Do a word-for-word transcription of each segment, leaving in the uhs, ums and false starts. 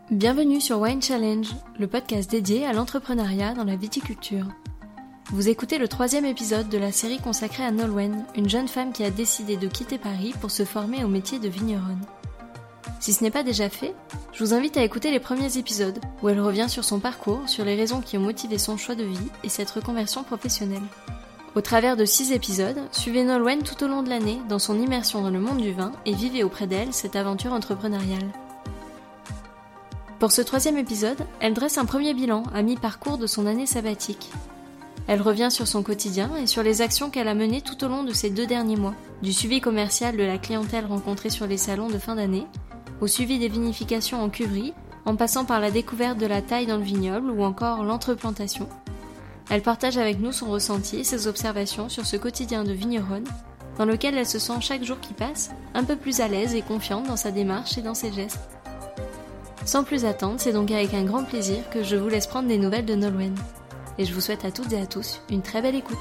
Bienvenue sur Wine Challenge, le podcast dédié à l'entrepreneuriat dans la viticulture. Vous écoutez le troisième épisode de la série consacrée à Nolwenn, une jeune femme qui a décidé de quitter Paris pour se former au métier de vigneronne. Si ce n'est pas déjà fait, je vous invite à écouter les premiers épisodes, où elle revient sur son parcours, sur les raisons qui ont motivé son choix de vie et cette reconversion professionnelle. Au travers de six épisodes, suivez Nolwenn tout au long de l'année dans son immersion dans le monde du vin et vivez auprès d'elle cette aventure entrepreneuriale. Pour ce troisième épisode, elle dresse un premier bilan à mi-parcours de son année sabbatique. Elle revient sur son quotidien et sur les actions qu'elle a menées tout au long de ces deux derniers mois, du suivi commercial de la clientèle rencontrée sur les salons de fin d'année, au suivi des vinifications en cuverie, en passant par la découverte de la taille dans le vignoble ou encore l'entreplantation. Elle partage avec nous son ressenti et ses observations sur ce quotidien de vigneronne, dans lequel elle se sent chaque jour qui passe un peu plus à l'aise et confiante dans sa démarche et dans ses gestes. Sans plus attendre, c'est donc avec un grand plaisir que je vous laisse prendre des nouvelles de Nolwenn. Et je vous souhaite à toutes et à tous une très belle écoute.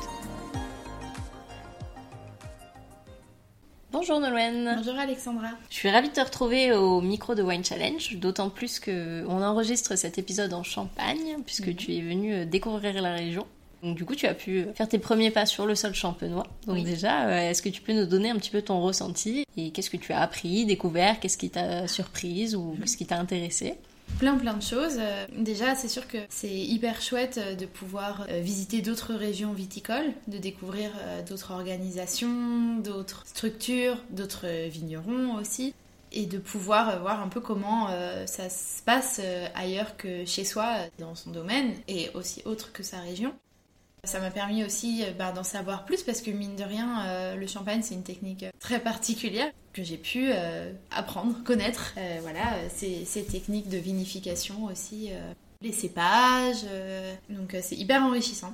Bonjour Nolwenn. Bonjour Alexandra. Je suis ravie de te retrouver au micro de Wine Challenge, d'autant plus qu'on enregistre cet épisode en Champagne, puisque mmh. tu es venue découvrir la région. Donc du coup, tu as pu faire tes premiers pas sur le sol champenois. Donc oui. déjà, est-ce que tu peux nous donner un petit peu ton ressenti et qu'est-ce que tu as appris, découvert, qu'est-ce qui t'a surprise ou qu'est-ce qui t'a intéressé ? Plein plein de choses. Déjà, c'est sûr que c'est hyper chouette de pouvoir visiter d'autres régions viticoles, de découvrir d'autres organisations, d'autres structures, d'autres vignerons aussi, et de pouvoir voir un peu comment ça se passe ailleurs que chez soi, dans son domaine, et aussi autre que sa région. Ça m'a permis aussi bah, d'en savoir plus parce que mine de rien, euh, le champagne c'est une technique très particulière que j'ai pu euh, apprendre, connaître. Euh, voilà, ces, ces techniques de vinification aussi, euh, les cépages, euh, donc euh, c'est hyper enrichissant.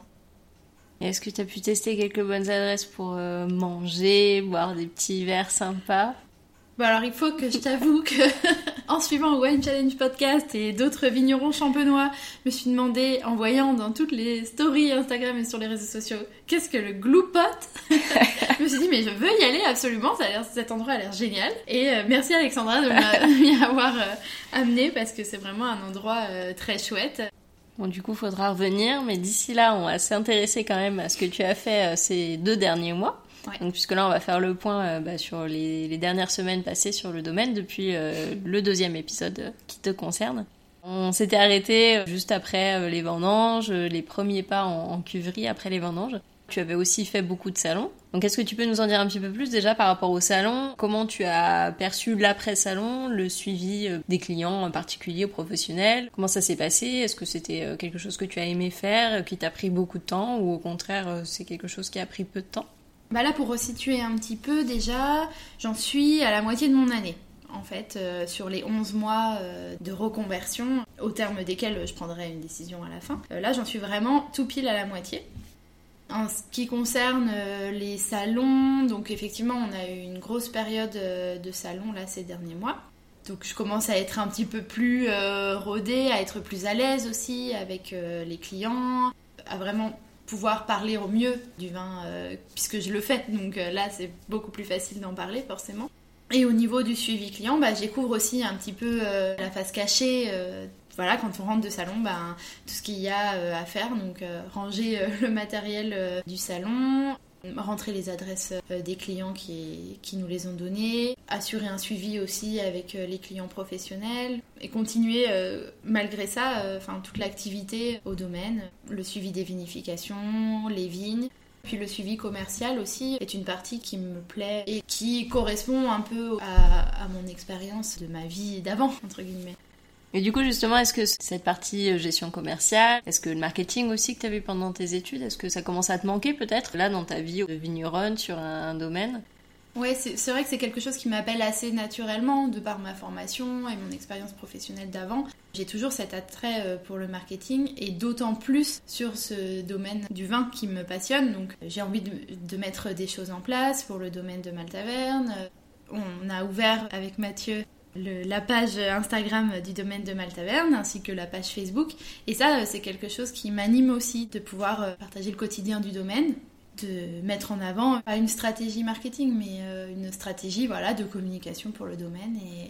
Et est-ce que tu as pu tester quelques bonnes adresses pour euh, manger, boire des petits verres sympas ? Bon alors il faut que je t'avoue que en suivant Wine Challenge Podcast et d'autres vignerons champenois, je me suis demandé, en voyant dans toutes les stories Instagram et sur les réseaux sociaux, qu'est-ce que le Gloupot ? Je me suis dit mais je veux y aller absolument, ça a l'air, cet endroit a l'air génial. Et euh, merci Alexandra de m'y avoir euh, amené parce que c'est vraiment un endroit euh, très chouette. Bon, du coup, il faudra revenir, mais d'ici là, on va s'intéresser quand même à ce que tu as fait euh, ces deux derniers mois. Ouais. Donc, puisque là, on va faire le point euh, bah, sur les, les dernières semaines passées sur le domaine depuis euh, le deuxième épisode euh, qui te concerne. On s'était arrêté euh, juste après euh, les vendanges, euh, les premiers pas en, en cuverie après les vendanges. Tu avais aussi fait beaucoup de salons. Donc, est-ce que tu peux nous en dire un petit peu plus déjà par rapport au salon ? Comment tu as perçu l'après-salon, le suivi euh, des clients en particulier, professionnels ? Comment ça s'est passé ? Est-ce que c'était euh, quelque chose que tu as aimé faire, qui t'a pris beaucoup de temps, ou au contraire, euh, c'est quelque chose qui a pris peu de temps ? Bah là, pour resituer un petit peu, déjà, j'en suis à la moitié de mon année. En fait, euh, sur les onze mois euh, de reconversion, au terme desquels je prendrai une décision à la fin. Euh, là, j'en suis vraiment tout pile à la moitié. En ce qui concerne euh, les salons, donc effectivement, on a eu une grosse période euh, de salons là ces derniers mois. Donc je commence à être un petit peu plus euh, rodée, à être plus à l'aise aussi avec euh, les clients, à vraiment pouvoir parler au mieux du vin euh, puisque je le fais, donc euh, là c'est beaucoup plus facile d'en parler forcément. Et au niveau du suivi client, bah, je découvre aussi un petit peu euh, la face cachée, euh, voilà, quand on rentre de salon, bah, tout ce qu'il y a euh, à faire, donc euh, ranger euh, le matériel euh, du salon, rentrer les adresses euh, des clients qui, qui nous les ont données, assurer un suivi aussi avec euh, les clients professionnels et continuer euh, malgré ça euh, toute l'activité au domaine, le suivi des vinifications, les vignes. Puis le suivi commercial aussi est une partie qui me plaît et qui correspond un peu à, à mon expérience de ma vie d'avant, entre guillemets. Et du coup, justement, est-ce que cette partie gestion commerciale, est-ce que le marketing aussi que tu as vu pendant tes études, est-ce que ça commence à te manquer peut-être, là, dans ta vie de vigneronne sur un, un domaine ? Ouais, c'est, c'est vrai que c'est quelque chose qui m'appelle assez naturellement, de par ma formation et mon expérience professionnelle d'avant. J'ai toujours cet attrait pour le marketing, et d'autant plus sur ce domaine du vin qui me passionne. Donc j'ai envie de, de mettre des choses en place pour le domaine de Maltaverne. On a ouvert avec Mathieu Le, la page Instagram du domaine de Maltaverne ainsi que la page Facebook, et ça c'est quelque chose qui m'anime aussi, de pouvoir partager le quotidien du domaine, de mettre en avant pas une stratégie marketing mais une stratégie voilà, de communication pour le domaine, et,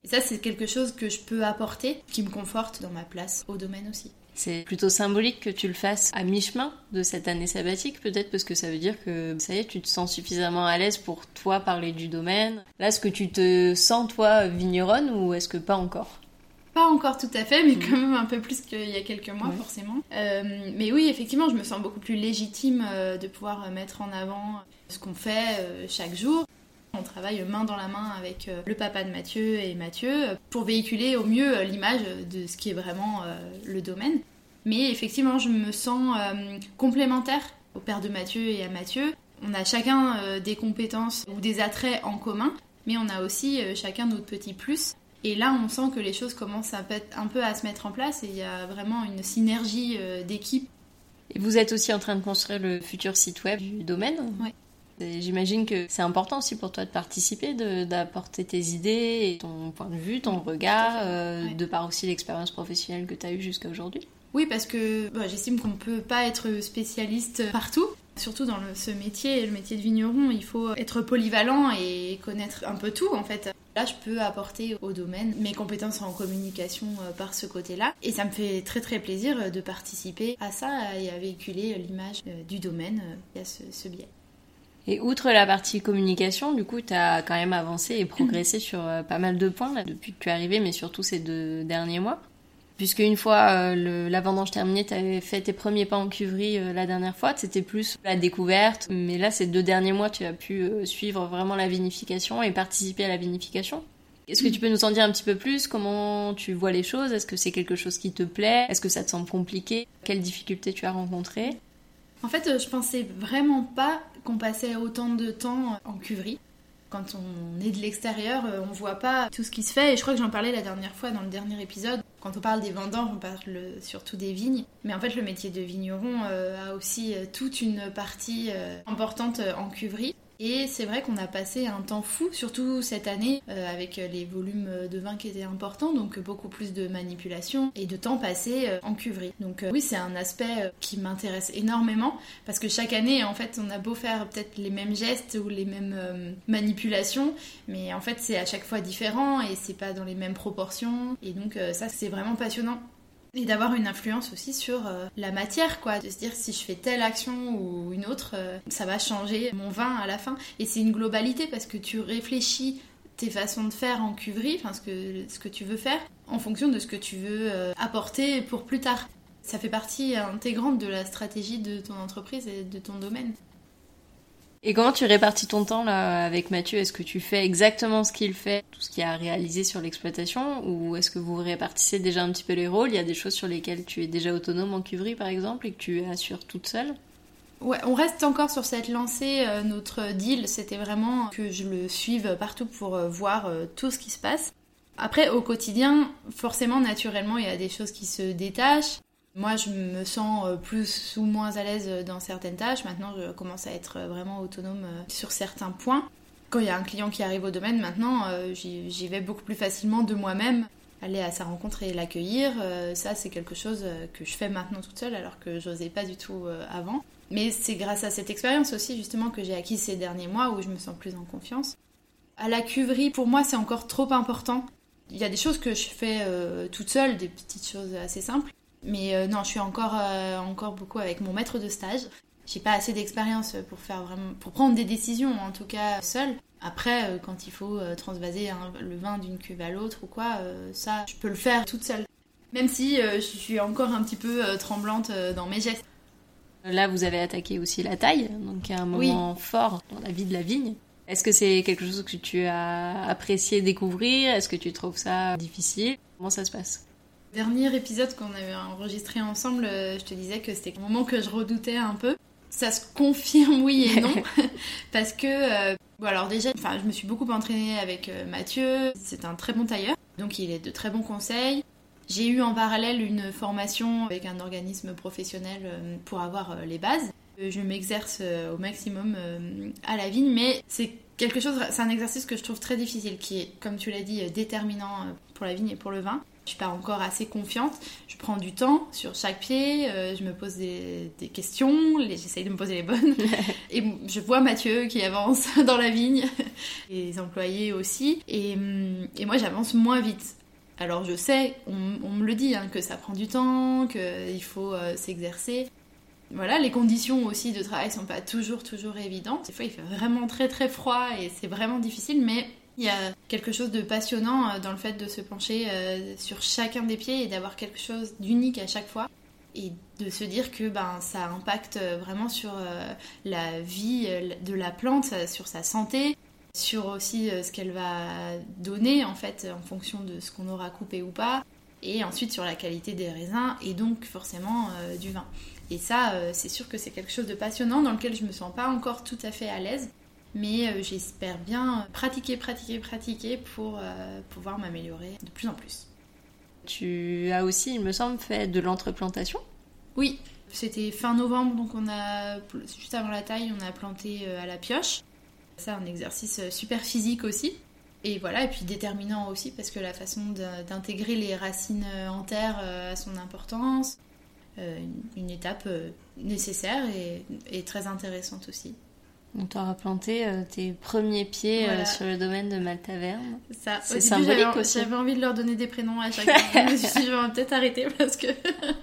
Et ça, c'est quelque chose que je peux apporter, qui me conforte dans ma place au domaine aussi. C'est plutôt symbolique que tu le fasses à mi-chemin de cette année sabbatique, peut-être parce que ça veut dire que ça y est, tu te sens suffisamment à l'aise pour toi parler du domaine. Là, est-ce que tu te sens toi vigneronne ou est-ce que pas encore ? Pas encore tout à fait, mais quand même un peu plus qu'il y a quelques mois, ouais. forcément. Euh, mais oui, effectivement, je me sens beaucoup plus légitime euh, de pouvoir mettre en avant ce qu'on fait euh, chaque jour. On travaille main dans la main avec euh, le papa de Mathieu et Mathieu pour véhiculer au mieux euh, l'image de ce qui est vraiment euh, le domaine. Mais effectivement, je me sens euh, complémentaire au père de Mathieu et à Mathieu. On a chacun euh, des compétences ou des attraits en commun, mais on a aussi euh, chacun notre petit plus. Et là, on sent que les choses commencent un peu, un peu à se mettre en place et il y a vraiment une synergie euh, d'équipe. Et vous êtes aussi en train de construire le futur site web du domaine ? Oui. Et j'imagine que c'est important aussi pour toi de participer, de, d'apporter tes idées, et ton point de vue, ton regard, euh, ouais. de par aussi l'expérience professionnelle que tu as eue jusqu'à aujourd'hui. Oui, parce que bah, j'estime qu'on ne peut pas être spécialiste partout. Surtout dans le, ce métier, le métier de vigneron, il faut être polyvalent et connaître un peu tout en fait. Là, je peux apporter au domaine mes compétences en communication euh, par ce côté-là. Et ça me fait très très plaisir de participer à ça et à véhiculer l'image euh, du domaine euh, via ce, ce biais. Et outre la partie communication, du coup, tu as quand même avancé et progressé mmh. sur euh, pas mal de points là, depuis que tu es arrivée, mais surtout ces deux derniers mois. Puisque une fois euh, le, la vendange terminée, tu avais fait tes premiers pas en cuverie euh, la dernière fois, c'était plus la découverte. Mais là, ces deux derniers mois, tu as pu euh, suivre vraiment la vinification et participer à la vinification. Est-ce que tu peux nous en dire un petit peu plus ? Comment tu vois les choses ? Est-ce que c'est quelque chose qui te plaît ? Est-ce que ça te semble compliqué ? Quelles difficultés tu as rencontrées ? En fait, je pensais vraiment pas qu'on passait autant de temps en cuverie. Quand on est de l'extérieur, on voit pas tout ce qui se fait. Et je crois que j'en parlais la dernière fois dans le dernier épisode. Quand on parle des vendanges, on parle surtout des vignes. Mais en fait, le métier de vigneron euh, a aussi toute une partie euh, importante en cuverie. Et c'est vrai qu'on a passé un temps fou, surtout cette année, euh, avec les volumes de vin qui étaient importants, donc beaucoup plus de manipulation et de temps passé euh, en cuverie. Donc euh, oui, c'est un aspect euh, qui m'intéresse énormément, parce que chaque année, en fait, on a beau faire peut-être les mêmes gestes ou les mêmes euh, manipulations, mais en fait, c'est à chaque fois différent et c'est pas dans les mêmes proportions. Et donc euh, ça, c'est vraiment passionnant. Et d'avoir une influence aussi sur euh, la matière, quoi. De se dire si je fais telle action ou une autre, euh, ça va changer mon vin à la fin. Et c'est une globalité parce que tu réfléchis tes façons de faire en cuverie, enfin ce que, ce que tu veux faire, en fonction de ce que tu veux euh, apporter pour plus tard. Ça fait partie intégrante de la stratégie de ton entreprise et de ton domaine. Et comment tu répartis ton temps là avec Mathieu ? Est-ce que tu fais exactement ce qu'il fait, tout ce qu'il y a à réaliser sur l'exploitation, ou est-ce que vous répartissez déjà un petit peu les rôles ? Il y a des choses sur lesquelles tu es déjà autonome en cuverie par exemple et que tu assures toute seule ? Ouais, on reste encore sur cette lancée. Euh, notre deal, c'était vraiment que je le suive partout pour euh, voir euh, tout ce qui se passe. Après, au quotidien, forcément, naturellement, il y a des choses qui se détachent. Moi, je me sens plus ou moins à l'aise dans certaines tâches. Maintenant, je commence à être vraiment autonome sur certains points. Quand il y a un client qui arrive au domaine, maintenant, j'y, j'y vais beaucoup plus facilement de moi-même. Aller à sa rencontre et l'accueillir, ça, c'est quelque chose que je fais maintenant toute seule, alors que je n'osais pas du tout avant. Mais c'est grâce à cette expérience aussi, justement, que j'ai acquis ces derniers mois, où je me sens plus en confiance. À la cuverie, pour moi, c'est encore trop important. Il y a des choses que je fais euh, toute seule, des petites choses assez simples. Mais euh, non, je suis encore, euh, encore beaucoup avec mon maître de stage. J'ai pas assez d'expérience pour faire vraiment, pour prendre des décisions, en tout cas seule. Après, euh, quand il faut euh, transvaser hein, le vin d'une cuve à l'autre ou quoi, euh, ça, je peux le faire toute seule. Même si euh, je suis encore un petit peu euh, tremblante euh, dans mes gestes. Là, vous avez attaqué aussi la taille, donc un moment oui. fort dans la vie de la vigne. Est-ce que c'est quelque chose que tu as apprécié découvrir ? Est-ce que tu trouves ça difficile ? Comment ça se passe ? Dernier épisode qu'on avait enregistré ensemble, je te disais que c'était un moment que je redoutais un peu. Ça se confirme oui et non, parce que, euh, bon alors déjà, enfin, je me suis beaucoup entraînée avec euh, Mathieu, c'est un très bon tailleur, donc il est de très bons conseils. J'ai eu en parallèle une formation avec un organisme professionnel euh, pour avoir euh, les bases. Je m'exerce au maximum à la vigne, mais c'est quelque chose, c'est un exercice que je trouve très difficile, qui est, comme tu l'as dit, déterminant pour la vigne et pour le vin. Je suis pas encore assez confiante, je prends du temps sur chaque pied, euh, je me pose des, des questions, les, j'essaye de me poser les bonnes, et je vois Mathieu qui avance dans la vigne, et les employés aussi, et, et moi j'avance moins vite. Alors je sais, on, on me le dit, hein, que ça prend du temps, qu'il faut euh, s'exercer. Voilà, les conditions aussi de travail sont pas toujours, toujours évidentes. Des fois, il fait vraiment très, très froid et c'est vraiment difficile, mais il y a quelque chose de passionnant dans le fait de se pencher sur chacun des pieds et d'avoir quelque chose d'unique à chaque fois. Et de se dire que ben, ça impacte vraiment sur la vie de la plante, sur sa santé, sur aussi ce qu'elle va donner en fait en fonction de ce qu'on aura coupé ou pas, et ensuite sur la qualité des raisins et donc forcément euh, du vin. Et ça, euh, c'est sûr que c'est quelque chose de passionnant dans lequel je me sens pas encore tout à fait à l'aise, mais euh, j'espère bien pratiquer, pratiquer, pratiquer pour euh, pouvoir m'améliorer de plus en plus. Tu as aussi, il me semble, fait de l'entreplantation ? Oui, c'était fin novembre, donc on a, juste avant la taille, on a planté à la pioche. C'est un exercice super physique aussi. Et voilà, et puis déterminant aussi, parce que la façon d'intégrer les racines en terre a son importance. Euh, une étape nécessaire et, et très intéressante aussi. Donc tu auras planté euh, tes premiers pieds voilà. euh, sur le domaine de Maltaverne. Ça. C'est Au début, symbolique j'avais, aussi. J'avais envie de leur donner des prénoms à chacun. Je me suis dit, je vais peut-être arrêter parce que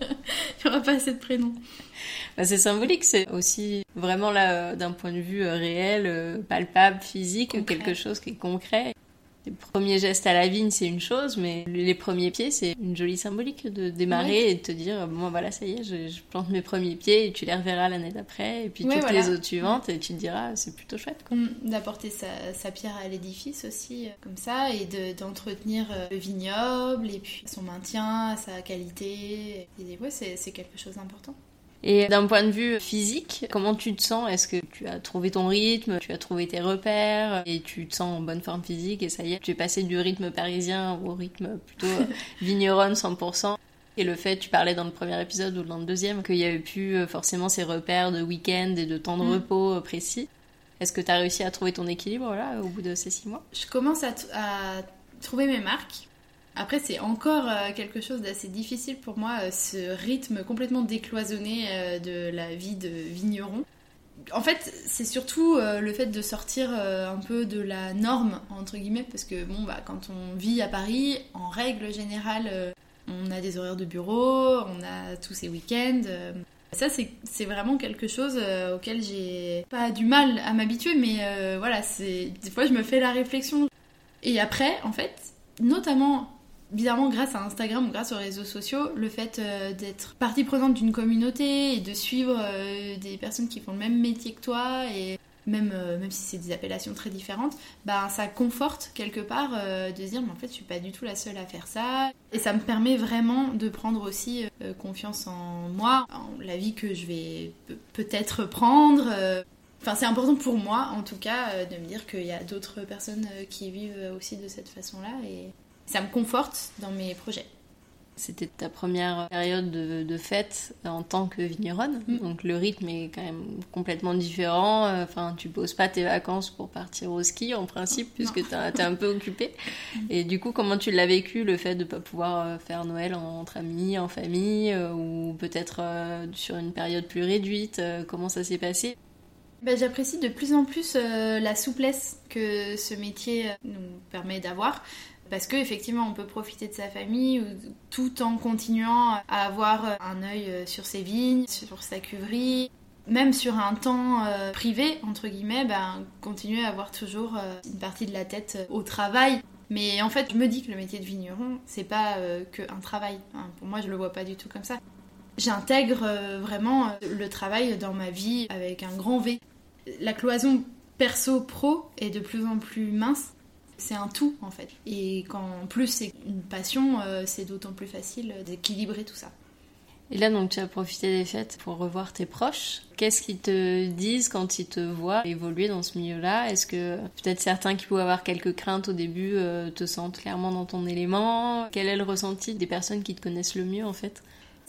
il n'y aura pas assez de prénoms. Bah, c'est symbolique, c'est aussi vraiment là, d'un point de vue réel, palpable, physique, concret. Quelque chose qui est concret. Les premiers gestes à la vigne, c'est une chose, mais les premiers pieds, c'est une jolie symbolique de démarrer oui. et de te dire, bon voilà, ça y est, je, je plante mes premiers pieds et tu les reverras l'année d'après, et puis oui, toutes voilà. les autres suivantes, et tu te diras, c'est plutôt chouette. Quoi. D'apporter sa, sa pierre à l'édifice aussi, comme ça, et de, d'entretenir le vignoble, et puis son maintien, sa qualité. Et ouais, c'est, c'est quelque chose d'important. Et d'un point de vue physique, comment tu te sens ? Est-ce que tu as trouvé ton rythme, tu as trouvé tes repères et tu te sens en bonne forme physique et ça y est, tu es passé du rythme parisien au rythme plutôt vigneronne cent pour cent ? Et le fait, tu parlais dans le premier épisode ou dans le deuxième, qu'il y avait plus forcément ces repères de week-end et de temps de mmh. repos précis. Est-ce que tu as réussi à trouver ton équilibre là, au bout de ces six mois ? Je commence à, t- à trouver mes marques. Après, c'est encore euh, quelque chose d'assez difficile pour moi, euh, ce rythme complètement décloisonné euh, de la vie de vigneron. En fait, c'est surtout euh, le fait de sortir euh, un peu de la norme, entre guillemets, parce que bon, bah, quand on vit à Paris, en règle générale, euh, on a des horaires de bureau, on a tous ces week-ends. Euh, ça, c'est, c'est vraiment quelque chose euh, auquel j'ai pas du mal à m'habituer, mais euh, voilà, c'est... des fois, je me fais la réflexion. Et après, en fait, notamment... Bizarrement, grâce à Instagram ou grâce aux réseaux sociaux, le fait euh, d'être partie prenante d'une communauté et de suivre euh, des personnes qui font le même métier que toi, et même, euh, même si c'est des appellations très différentes, bah, ça conforte quelque part euh, de se dire mais en fait je suis pas du tout la seule à faire ça. Et ça me permet vraiment de prendre aussi euh, confiance en moi, en la vie que je vais pe- peut-être prendre. Euh, Enfin, c'est important pour moi, en tout cas, euh, de me dire qu'il y a d'autres personnes euh, qui vivent aussi de cette façon-là et... Ça me conforte dans mes projets. C'était ta première période de, de fête en tant que vigneronne, mmh. donc le rythme est quand même complètement différent. Enfin, tu poses pas tes vacances pour partir au ski en principe, puisque t'es, t'es un peu occupée. Et du coup, comment tu l'as vécu, le fait de pas pouvoir faire Noël entre amis, en famille, ou peut-être sur une période plus réduite ? Comment ça s'est passé ? Ben, j'apprécie de plus en plus euh, la souplesse que ce métier nous permet d'avoir. Parce qu'effectivement, on peut profiter de sa famille tout en continuant à avoir un œil sur ses vignes, sur sa cuverie. Même sur un temps euh, privé, entre guillemets, ben, continuer à avoir toujours euh, une partie de la tête au travail. Mais en fait, je me dis que le métier de vigneron, c'est pas euh, qu'un travail. Hein. Pour moi, je le vois pas du tout comme ça. J'intègre euh, vraiment le travail dans ma vie avec un grand V. La cloison perso-pro est de plus en plus mince. C'est un tout en fait. Et quand en plus c'est une passion, euh, c'est d'autant plus facile d'équilibrer tout ça. Et là donc tu as profité des fêtes pour revoir tes proches. Qu'est-ce qu'ils te disent quand ils te voient évoluer dans ce milieu-là ? Est-ce que peut-être certains qui pouvaient avoir quelques craintes au début euh, te sentent clairement dans ton élément ? Quel est le ressenti des personnes qui te connaissent le mieux en fait ?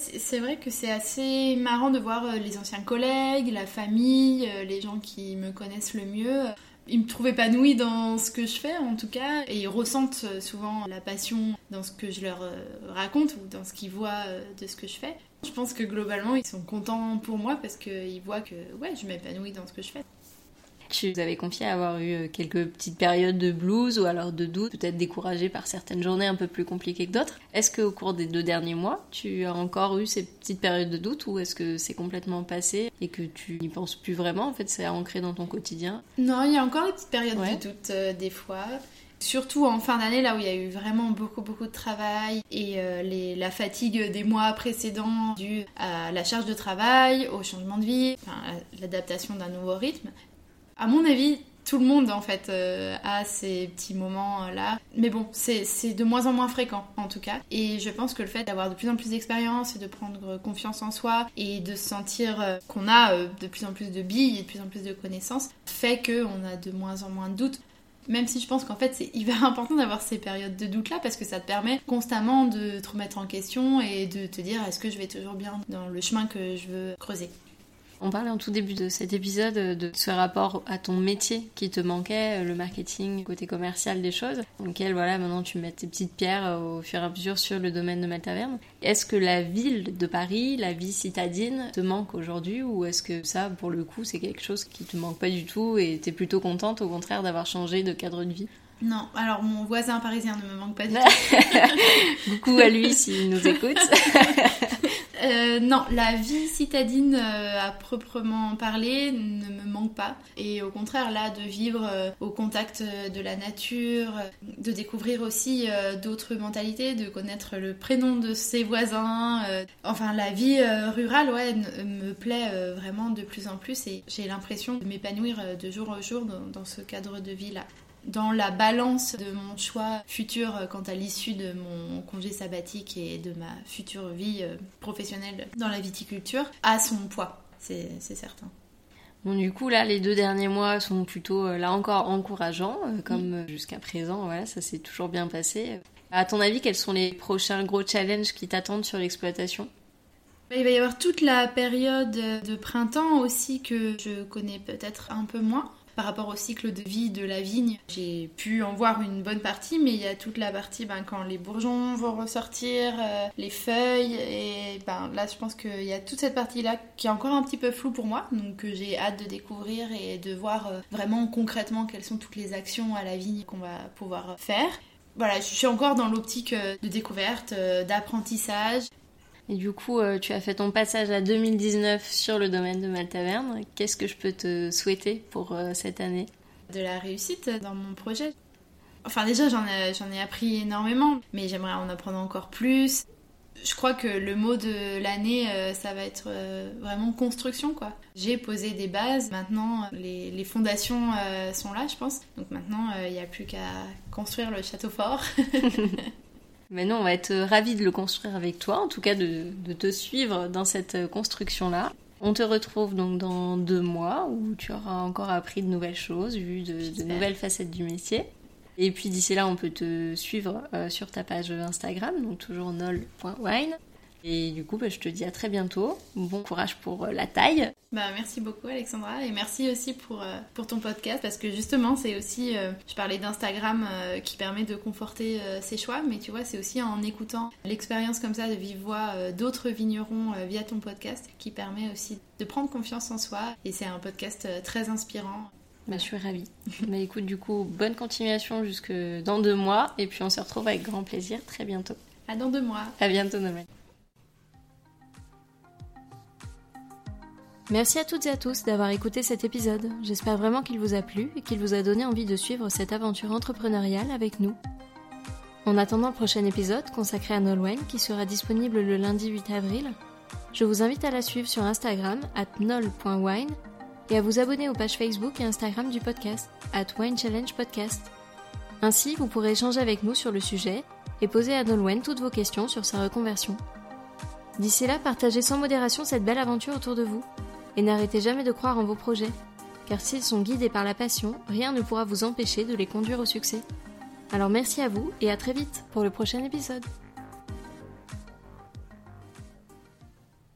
C'est vrai que c'est assez marrant de voir les anciens collègues, la famille, les gens qui me connaissent le mieux. Ils me trouvent épanouie dans ce que je fais en tout cas, et ils ressentent souvent la passion dans ce que je leur raconte ou dans ce qu'ils voient de ce que je fais. Je pense que globalement ils sont contents pour moi parce qu'ils voient que ouais, je m'épanouis dans ce que je fais. Tu avais confié avoir eu quelques petites périodes de blues ou alors de doute, peut-être découragée par certaines journées un peu plus compliquées que d'autres. Est-ce qu'au cours des deux derniers mois, tu as encore eu ces petites périodes de doute ou est-ce que c'est complètement passé et que tu n'y penses plus vraiment? En fait, c'est ancré dans ton quotidien? Non, il y a encore des petites périodes ouais. de doute euh, des fois. Surtout en fin d'année, là où il y a eu vraiment beaucoup beaucoup de travail et euh, les, la fatigue des mois précédents due à la charge de travail, au changement de vie, enfin, à l'adaptation d'un nouveau rythme. À mon avis, tout le monde en fait euh, a ces petits moments-là. Mais bon, c'est, c'est de moins en moins fréquent en tout cas. Et je pense que le fait d'avoir de plus en plus d'expérience et de prendre confiance en soi et de se sentir euh, qu'on a euh, de plus en plus de billes et de plus en plus de connaissances fait qu'on a de moins en moins de doutes. Même si je pense qu'en fait c'est hyper important d'avoir ces périodes de doute là parce que ça te permet constamment de te remettre en question et de te dire est-ce que je vais toujours bien dans le chemin que je veux creuser. On parlait en tout début de cet épisode de ce rapport à ton métier qui te manquait, le marketing, côté commercial des choses, dans lequel voilà, maintenant tu mets tes petites pierres au fur et à mesure sur le domaine de Maltaverne. Est-ce que la ville de Paris, la vie citadine, te manque aujourd'hui ou est-ce que ça, pour le coup, c'est quelque chose qui te manque pas du tout et t'es plutôt contente au contraire d'avoir changé de cadre de vie? Non, alors mon voisin parisien ne me manque pas du tout. Coucou à lui s'il nous écoute. Euh, non, la vie citadine euh, à proprement parler ne me manque pas. Et au contraire, là, de vivre euh, au contact de la nature, euh, de découvrir aussi euh, d'autres mentalités, de connaître le prénom de ses voisins. Euh, enfin, la vie euh, rurale, ouais, n- me plaît euh, vraiment de plus en plus et j'ai l'impression de m'épanouir euh, de jour en jour dans, dans ce cadre de vie-là. Dans la balance de mon choix futur quant à l'issue de mon congé sabbatique et de ma future vie professionnelle dans la viticulture, a son poids, c'est, c'est certain. Bon, du coup, là, les deux derniers mois sont plutôt, là encore, encourageants, comme mmh. jusqu'à présent, voilà, ça s'est toujours bien passé. À ton avis, quels sont les prochains gros challenges qui t'attendent sur l'exploitation ? Il va y avoir toute la période de printemps aussi que je connais peut-être un peu moins. Par rapport au cycle de vie de la vigne, j'ai pu en voir une bonne partie, mais il y a toute la partie ben, quand les bourgeons vont ressortir, euh, les feuilles, et ben, là je pense qu'il y a toute cette partie-là qui est encore un petit peu floue pour moi, donc que j'ai hâte de découvrir et de voir euh, vraiment concrètement quelles sont toutes les actions à la vigne qu'on va pouvoir faire. Voilà, je suis encore dans l'optique de découverte, d'apprentissage. Et du coup, euh, tu as fait ton passage à deux mille dix-neuf sur le domaine de Maltaverne. Qu'est-ce que je peux te souhaiter pour euh, cette année ? De la réussite dans mon projet. Enfin déjà, j'en ai, j'en ai appris énormément, mais j'aimerais en apprendre encore plus. Je crois que le mot de l'année, euh, ça va être euh, vraiment construction, quoi. J'ai posé des bases, maintenant les, les fondations euh, sont là, je pense. Donc maintenant, il n'y a plus qu'à construire le château fort. Mais nous, on va être ravis de le construire avec toi, en tout cas de, de te suivre dans cette construction-là. On te retrouve donc dans deux mois où tu auras encore appris de nouvelles choses, vu de, de nouvelles facettes du métier. Et puis d'ici là, on peut te suivre euh, sur ta page Instagram, donc toujours nol point wine. Et du coup, bah, je te dis à très bientôt. Bon courage pour euh, la taille. Bah, merci beaucoup Alexandra et merci aussi pour, euh, pour ton podcast parce que justement c'est aussi, euh, je parlais d'Instagram euh, qui permet de conforter euh, ses choix, mais tu vois c'est aussi en écoutant l'expérience comme ça de vive voix euh, d'autres vignerons euh, via ton podcast qui permet aussi de prendre confiance en soi et c'est un podcast euh, très inspirant. Bah, je suis ravie. Bah, écoute, du coup, bonne continuation jusque dans deux mois et puis on se retrouve avec grand plaisir très bientôt. À dans deux mois. À bientôt Noël. Merci à toutes et à tous d'avoir écouté cet épisode. J'espère vraiment qu'il vous a plu et qu'il vous a donné envie de suivre cette aventure entrepreneuriale avec nous. En attendant le prochain épisode consacré à Nolwenn qui sera disponible le lundi huit avril, je vous invite à la suivre sur Instagram arobase nol point wine et à vous abonner aux pages Facebook et Instagram du podcast arobase wine challenge podcast. Ainsi, vous pourrez échanger avec nous sur le sujet et poser à Nolwenn toutes vos questions sur sa reconversion. D'ici là, partagez sans modération cette belle aventure autour de vous. Et n'arrêtez jamais de croire en vos projets, car s'ils sont guidés par la passion, rien ne pourra vous empêcher de les conduire au succès. Alors merci à vous et à très vite pour le prochain épisode.